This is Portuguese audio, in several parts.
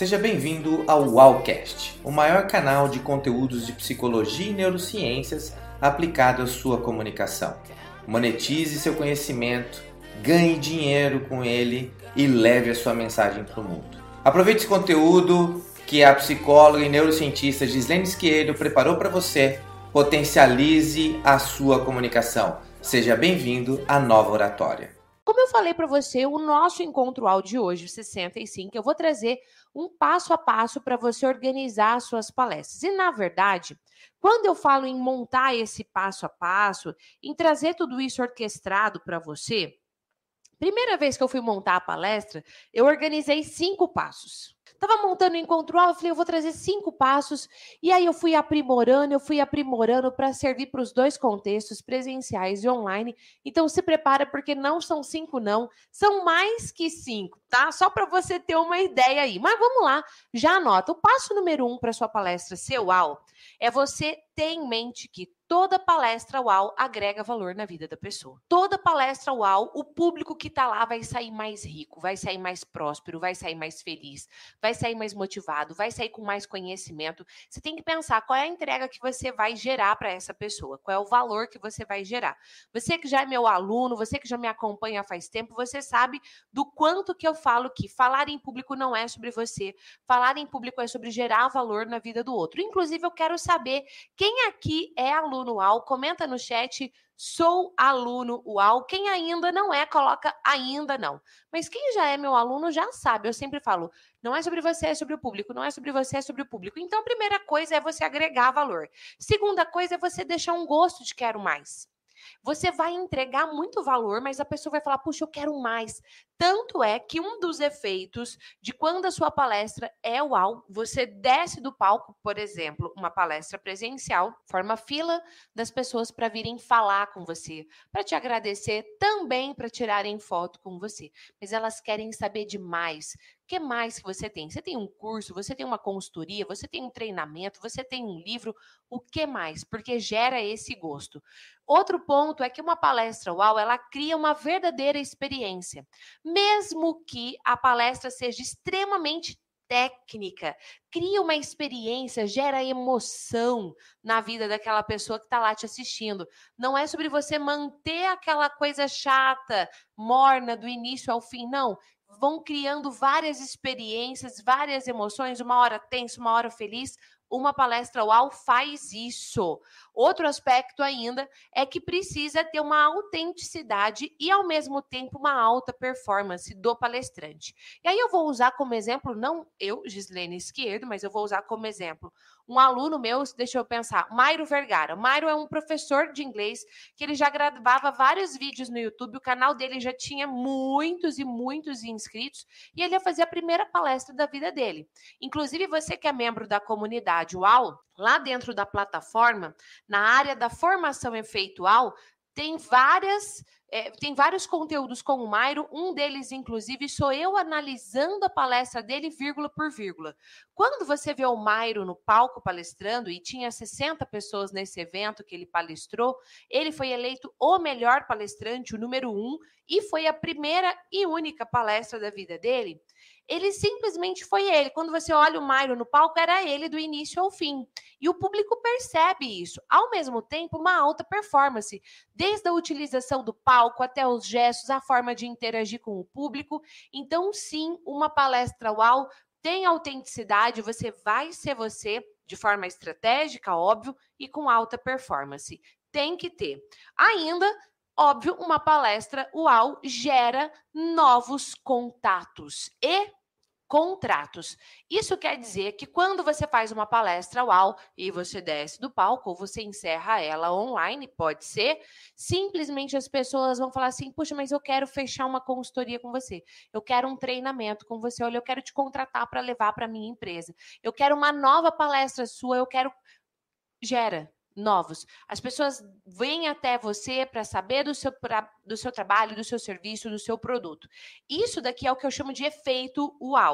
Seja bem-vindo ao UAUcast, o maior canal de conteúdos de psicologia e neurociências aplicado à sua comunicação. Monetize seu conhecimento, ganhe dinheiro com ele e leve a sua mensagem para o mundo. Aproveite esse conteúdo que a psicóloga e neurocientista Gislene Schierdo preparou para você. Potencialize a sua comunicação. Seja bem-vindo à Nova Oratória. Como eu falei para você, o nosso encontro áudio de hoje, 65, eu vou trazer um passo a passo para você organizar as suas palestras. E, na verdade, quando eu falo em montar esse passo a passo, em trazer tudo isso orquestrado para você, primeira vez que eu fui montar a palestra, eu organizei 5 passos. Estava montando o encontro áudio, eu falei, eu vou trazer 5 passos, e aí eu fui aprimorando para servir para os dois contextos, presenciais e online. Então se prepara, porque não são 5 não, são mais que 5, tá? Só para você ter uma ideia aí. Mas vamos lá, já anota. O passo número 1 para sua palestra ser UAU é você ter em mente que toda palestra UAU agrega valor na vida da pessoa. Toda palestra UAU, o público que está lá vai sair mais rico, vai sair mais próspero, vai sair mais feliz, vai sair mais motivado, vai sair com mais conhecimento. Você tem que pensar qual é a entrega que você vai gerar para essa pessoa, qual é o valor que você vai gerar. Você que já é meu aluno, você que já me acompanha faz tempo, você sabe do quanto que eu falo que falar em público não é sobre você, falar em público é sobre gerar valor na vida do outro. Inclusive, eu quero saber quem aqui é aluno UAU, comenta no chat, sou aluno UAU. Quem ainda não é, coloca ainda não. Mas quem já é meu aluno já sabe, eu sempre falo, não é sobre você, é sobre o público, não é sobre você, é sobre o público. Então, a primeira coisa é você agregar valor. Segunda coisa é você deixar um gosto de quero mais. Você vai entregar muito valor, mas a pessoa vai falar, puxa, eu quero mais. Tanto é que um dos efeitos de quando a sua palestra é UAU, você desce do palco, por exemplo, uma palestra presencial, forma fila das pessoas para virem falar com você, para te agradecer, também para tirarem foto com você. Mas elas querem saber de mais. O que mais que você tem? Você tem um curso, você tem uma consultoria, você tem um treinamento, você tem um livro, o que mais? Porque gera esse gosto. Outro ponto é que uma palestra UAU, ela cria uma verdadeira experiência. Mesmo que a palestra seja extremamente técnica, cria uma experiência, gera emoção na vida daquela pessoa que está lá te assistindo. Não é sobre você manter aquela coisa chata, morna, do início ao fim, não. Vão criando várias experiências, várias emoções, uma hora tensa, uma hora feliz. Uma palestra UAU faz isso. Outro aspecto ainda é que precisa ter uma autenticidade e, ao mesmo tempo, uma alta performance do palestrante. E aí eu vou usar como exemplo, não eu, Gislene Schierdo, mas eu vou usar como exemplo um aluno meu, deixa eu pensar, Mairo Vergara. Mairo é um professor de inglês que ele já gravava vários vídeos no YouTube, o canal dele já tinha muitos e muitos inscritos, e ele ia fazer a primeira palestra da vida dele. Inclusive, você que é membro da comunidade UAU, lá dentro da plataforma, na área da formação efeitual, tem vários conteúdos com o Mairo, um deles, inclusive, sou eu analisando a palestra dele, vírgula por vírgula. Quando você vê o Mairo no palco palestrando, e tinha 60 pessoas nesse evento que ele palestrou, ele foi eleito o melhor palestrante, o número 1, e foi a primeira e única palestra da vida dele. Ele simplesmente foi ele. Quando você olha o Mairo no palco, era ele do início ao fim. E o público percebe isso. Ao mesmo tempo, uma alta performance. Desde a utilização do palco até os gestos, a forma de interagir com o público. Então, sim, uma palestra UAU tem autenticidade, você vai ser você de forma estratégica, óbvio, e com alta performance. Tem que ter. Ainda, óbvio, uma palestra UAU gera novos contatos e contratos. Isso quer dizer que quando você faz uma palestra UAU e você desce do palco ou você encerra ela online, pode ser, simplesmente as pessoas vão falar assim, puxa, mas eu quero fechar uma consultoria com você, eu quero um treinamento com você, olha, eu quero te contratar para levar para minha empresa, eu quero uma nova palestra sua, eu quero... Gera novos. As pessoas vêm até você para saber do seu trabalho, do seu serviço, do seu produto. Isso daqui é o que eu chamo de efeito UAU.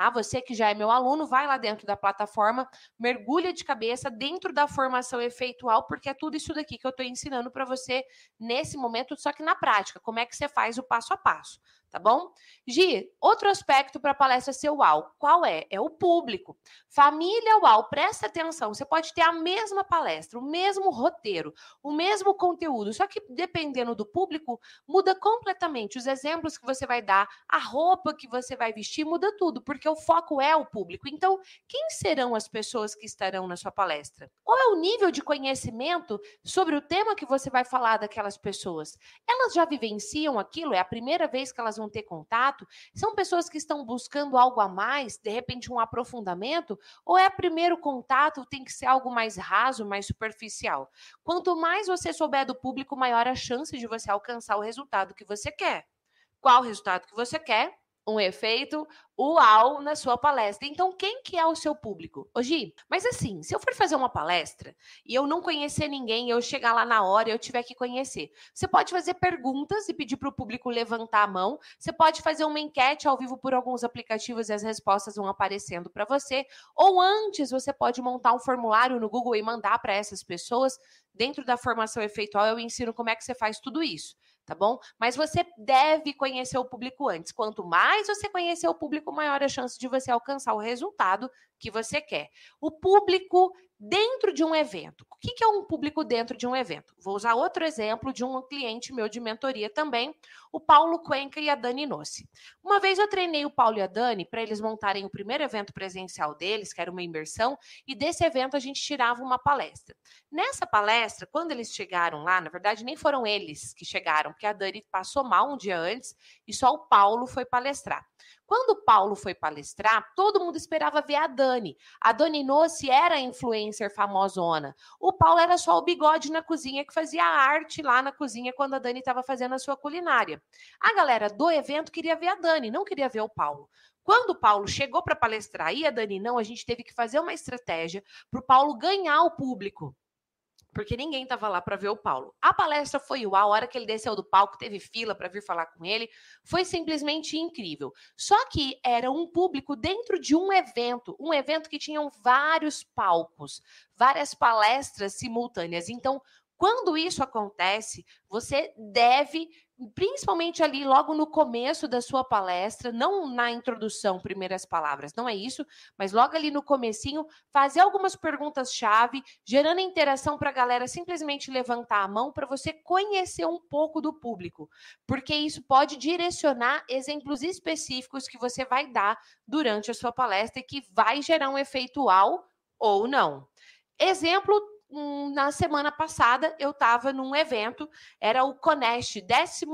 tá? Você que já é meu aluno, vai lá dentro da plataforma, mergulha de cabeça dentro da formação efeitual, porque é tudo isso daqui que eu estou ensinando para você nesse momento, só que na prática, como é que você faz o passo a passo, tá bom? Gi, outro aspecto para a palestra ser uau, qual é? É o público. Família uau, presta atenção, você pode ter a mesma palestra, o mesmo roteiro, o mesmo conteúdo, só que dependendo do público, muda completamente os exemplos que você vai dar, a roupa que você vai vestir, muda tudo, porque o foco é o público. Então, quem serão as pessoas que estarão na sua palestra? Qual é o nível de conhecimento sobre o tema que você vai falar daquelas pessoas? Elas já vivenciam aquilo? É a primeira vez que elas vão ter contato? São pessoas que estão buscando algo a mais, de repente um aprofundamento? Ou é primeiro contato, tem que ser algo mais raso, mais superficial? Quanto mais você souber do público, maior a chance de você alcançar o resultado que você quer. Qual o resultado que você quer? Um efeito uau na sua palestra. Então, quem que é o seu público? Ô, Gi, mas assim, se eu for fazer uma palestra e eu não conhecer ninguém, eu chegar lá na hora e eu tiver que conhecer, você pode fazer perguntas e pedir para o público levantar a mão, você pode fazer uma enquete ao vivo por alguns aplicativos e as respostas vão aparecendo para você, ou antes você pode montar um formulário no Google e mandar para essas pessoas. Dentro da formação efeitual, eu ensino como é que você faz tudo isso, tá bom? Mas você deve conhecer o público antes. Quanto mais você conhecer o público, maior a chance de você alcançar o resultado que você quer. O público dentro de um evento. O que é um público dentro de um evento? Vou usar outro exemplo de um cliente meu de mentoria também, o Paulo Cuenca e a Dani Nossi. Uma vez eu treinei o Paulo e a Dani para eles montarem o primeiro evento presencial deles, que era uma imersão, e desse evento a gente tirava uma palestra. Nessa palestra, quando eles chegaram lá, na verdade nem foram eles que chegaram, porque a Dani passou mal um dia antes e só o Paulo foi palestrar. Quando o Paulo foi palestrar, todo mundo esperava ver a Dani. A Dani Nossi era a influencer famosona. O Paulo era só o bigode na cozinha que fazia arte lá na cozinha quando a Dani estava fazendo a sua culinária. A galera do evento queria ver a Dani, não queria ver o Paulo. Quando o Paulo chegou para palestrar e a Dani não, a gente teve que fazer uma estratégia para o Paulo ganhar o público, porque ninguém estava lá para ver o Paulo. A palestra foi uau, a hora que ele desceu do palco, teve fila para vir falar com ele, foi simplesmente incrível. Só que era um público dentro de um evento que tinham vários palcos, várias palestras simultâneas. Então, quando isso acontece, você deve, principalmente ali logo no começo da sua palestra, não na introdução, primeiras palavras, não é isso, mas logo ali no comecinho, fazer algumas perguntas-chave, gerando interação para a galera simplesmente levantar a mão para você conhecer um pouco do público, porque isso pode direcionar exemplos específicos que você vai dar durante a sua palestra e que vai gerar um efeito uau ou não. Exemplo, na semana passada eu estava num evento, era o Conest,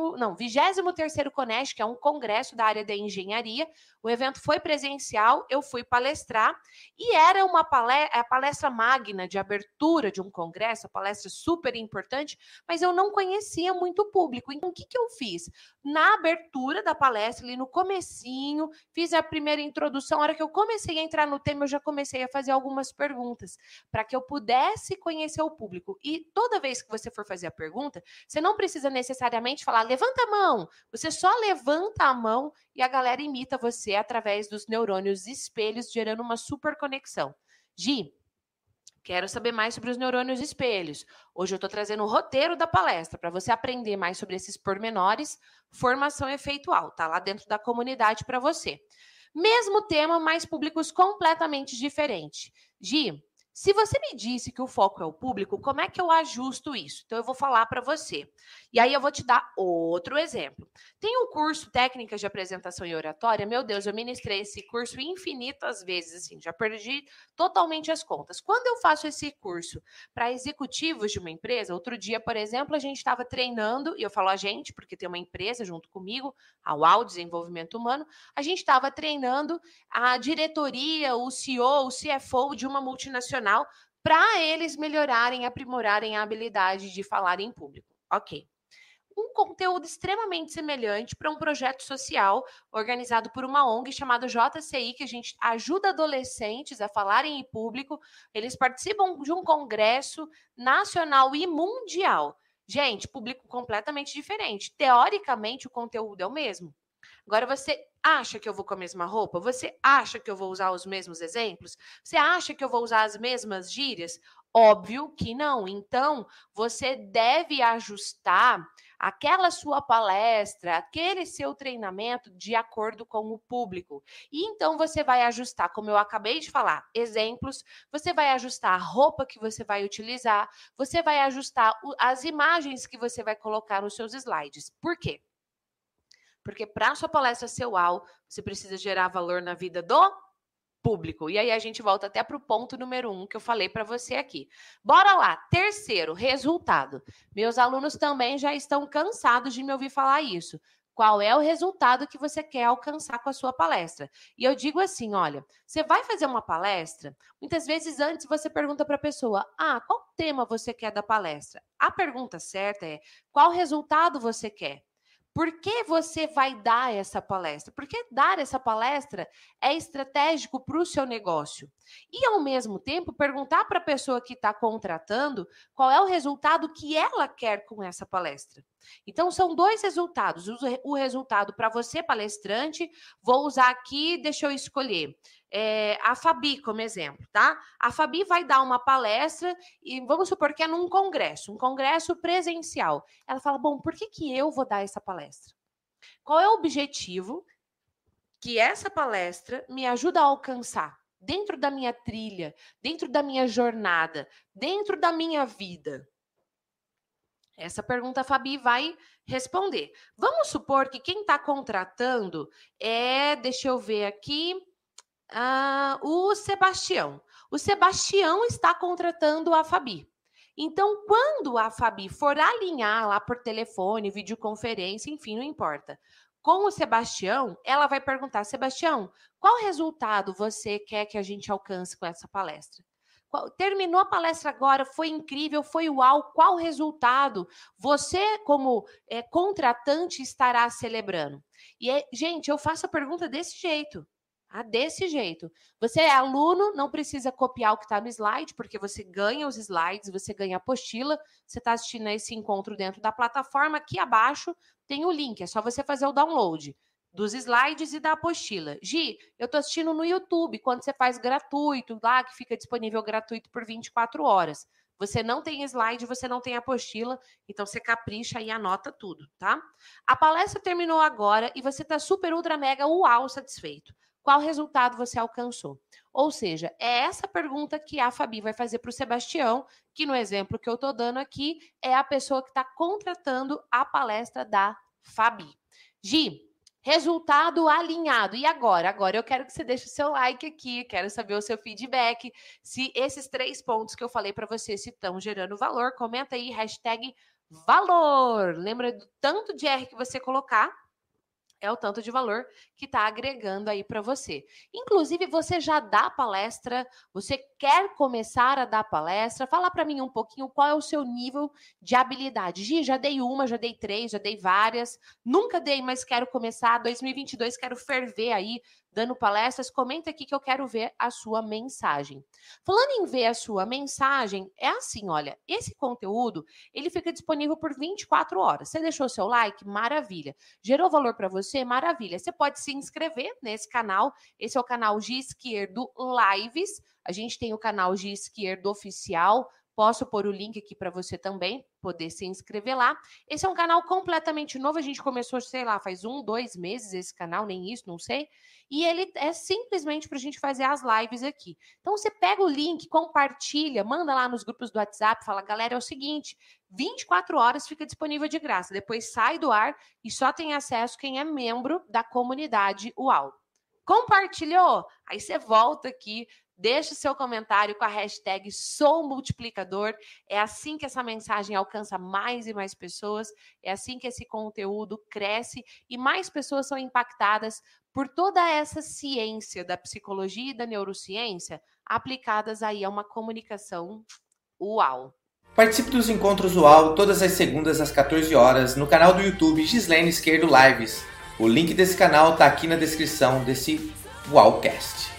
23º Conest, que é um congresso da área da engenharia. O evento foi presencial, eu fui palestrar e era uma palestra magna de abertura de um congresso, a palestra super importante, mas eu não conhecia muito o público. Então, o que eu fiz? Na abertura da palestra, ali no comecinho, fiz a primeira introdução. A hora que eu comecei a entrar no tema, eu já comecei a fazer algumas perguntas, para que eu pudesse conhecer o público. E toda vez que você for fazer a pergunta, você não precisa necessariamente falar, levanta a mão. Você só levanta a mão e a galera imita você através dos neurônios espelhos, gerando uma super conexão. Gi, quero saber mais sobre os neurônios espelhos. Hoje eu estou trazendo o roteiro da palestra para você aprender mais sobre esses pormenores. Formação efeitual, tá lá dentro da comunidade para você. Mesmo tema, mas públicos completamente diferentes. Gi, se você me disse que o foco é o público, como é que eu ajusto isso? Então, eu vou falar para você. E aí, eu vou te dar outro exemplo. Tem um curso Técnicas de Apresentação e Oratória. Meu Deus, eu ministrei esse curso infinitas vezes, assim, já perdi totalmente as contas. Quando eu faço esse curso para executivos de uma empresa, outro dia, por exemplo, a gente estava treinando, e eu falo a gente, porque tem uma empresa junto comigo, a UAU, Desenvolvimento Humano, a gente estava treinando a diretoria, o CEO, o CFO de uma multinacional, para eles melhorarem, aprimorarem a habilidade de falar em público. Ok. Um conteúdo extremamente semelhante para um projeto social organizado por uma ONG chamada JCI, que a gente ajuda adolescentes a falarem em público. Eles participam de um congresso nacional e mundial. Gente, público completamente diferente. Teoricamente, o conteúdo é o mesmo. Agora você acha que eu vou com a mesma roupa? Você acha que eu vou usar os mesmos exemplos? Você acha que eu vou usar as mesmas gírias? Óbvio que não. Então, você deve ajustar aquela sua palestra, aquele seu treinamento de acordo com o público. E então você vai ajustar, como eu acabei de falar, exemplos, você vai ajustar a roupa que você vai utilizar, você vai ajustar as imagens que você vai colocar nos seus slides. Por quê? Porque para a sua palestra ser uau, você precisa gerar valor na vida do público. E aí a gente volta até para o ponto número 1 que eu falei para você aqui. Bora lá. Terceiro, resultado. Meus alunos também já estão cansados de me ouvir falar isso. Qual é o resultado que você quer alcançar com a sua palestra? E eu digo assim, olha, você vai fazer uma palestra, muitas vezes antes você pergunta para a pessoa, qual tema você quer da palestra? A pergunta certa é, qual resultado você quer? Por que você vai dar essa palestra? Porque dar essa palestra é estratégico para o seu negócio. E, ao mesmo tempo, perguntar para a pessoa que está contratando qual é o resultado que ela quer com essa palestra. Então, são dois resultados. O resultado para você, palestrante, vou usar aqui, deixa eu escolher. A Fabi como exemplo, tá? A Fabi vai dar uma palestra e vamos supor que é num congresso, um congresso presencial. Ela fala, bom, por que eu vou dar essa palestra? Qual é o objetivo que essa palestra me ajuda a alcançar dentro da minha trilha, dentro da minha jornada, dentro da minha vida? Essa pergunta a Fabi vai responder. Vamos supor que quem está contratando deixa eu ver aqui, o Sebastião. O Sebastião está contratando a Fabi. Então, quando a Fabi for alinhar lá por telefone, videoconferência, enfim, não importa, com o Sebastião, ela vai perguntar, Sebastião, qual resultado você quer que a gente alcance com essa palestra? Terminou a palestra agora, foi incrível, foi uau, qual resultado você, como contratante, estará celebrando? E, gente, eu faço a pergunta desse jeito. Desse jeito. Você é aluno, não precisa copiar o que está no slide, porque você ganha os slides, você ganha a apostila. Você está assistindo a esse encontro dentro da plataforma. Aqui abaixo tem o link, é só você fazer o download dos slides e da apostila. Gi, eu estou assistindo no YouTube, quando você faz gratuito, lá que fica disponível gratuito por 24 horas. Você não tem slide, você não tem apostila, então você capricha e anota tudo, tá? A palestra terminou agora e você está super, ultra, mega, uau, satisfeito. Qual resultado você alcançou? Ou seja, é essa pergunta que a Fabi vai fazer para o Sebastião, que no exemplo que eu estou dando aqui, é a pessoa que está contratando a palestra da Fabi. Gi, resultado alinhado. E agora? Agora eu quero que você deixe o seu like aqui, quero saber o seu feedback. Se esses 3 pontos que eu falei para você se estão gerando valor, comenta aí, #valor. Lembra do tanto de R que você colocar, é o tanto de valor que está agregando aí para você. Inclusive, você já dá palestra, você quer começar a dar palestra? Fala para mim um pouquinho qual é o seu nível de habilidade. Gi, já dei uma, já dei 3, já dei várias. Nunca dei, mas quero começar. 2022, quero ferver aí, dando palestras. Comenta aqui que eu quero ver a sua mensagem. Falando em ver a sua mensagem, é assim, olha, esse conteúdo, ele fica disponível por 24 horas. Você deixou seu like? Maravilha. Gerou valor para você? Maravilha. Você pode se inscrever nesse canal. Esse é o canal Gi Izquierdo Lives. A gente tem o canal Gi Izquierdo Oficial. Posso pôr o link aqui para você também poder se inscrever lá. Esse é um canal completamente novo. A gente começou, sei lá, faz 1, 2 meses esse canal, nem isso, não sei. E ele é simplesmente para a gente fazer as lives aqui. Então, você pega o link, compartilha, manda lá nos grupos do WhatsApp, fala, galera, é o seguinte, 24 horas fica disponível de graça. Depois sai do ar e só tem acesso quem é membro da comunidade UAU. Compartilhou? Aí você volta aqui, deixa o seu comentário com a hashtag SouMultiplicador. É assim que essa mensagem alcança mais e mais pessoas. É assim que esse conteúdo cresce e mais pessoas são impactadas por toda essa ciência da psicologia e da neurociência aplicadas aí a uma comunicação uau. Participe dos encontros UAU todas as segundas às 14 horas no canal do YouTube Gislene Izquierdo Lives. O link desse canal está aqui na descrição desse UAUcast.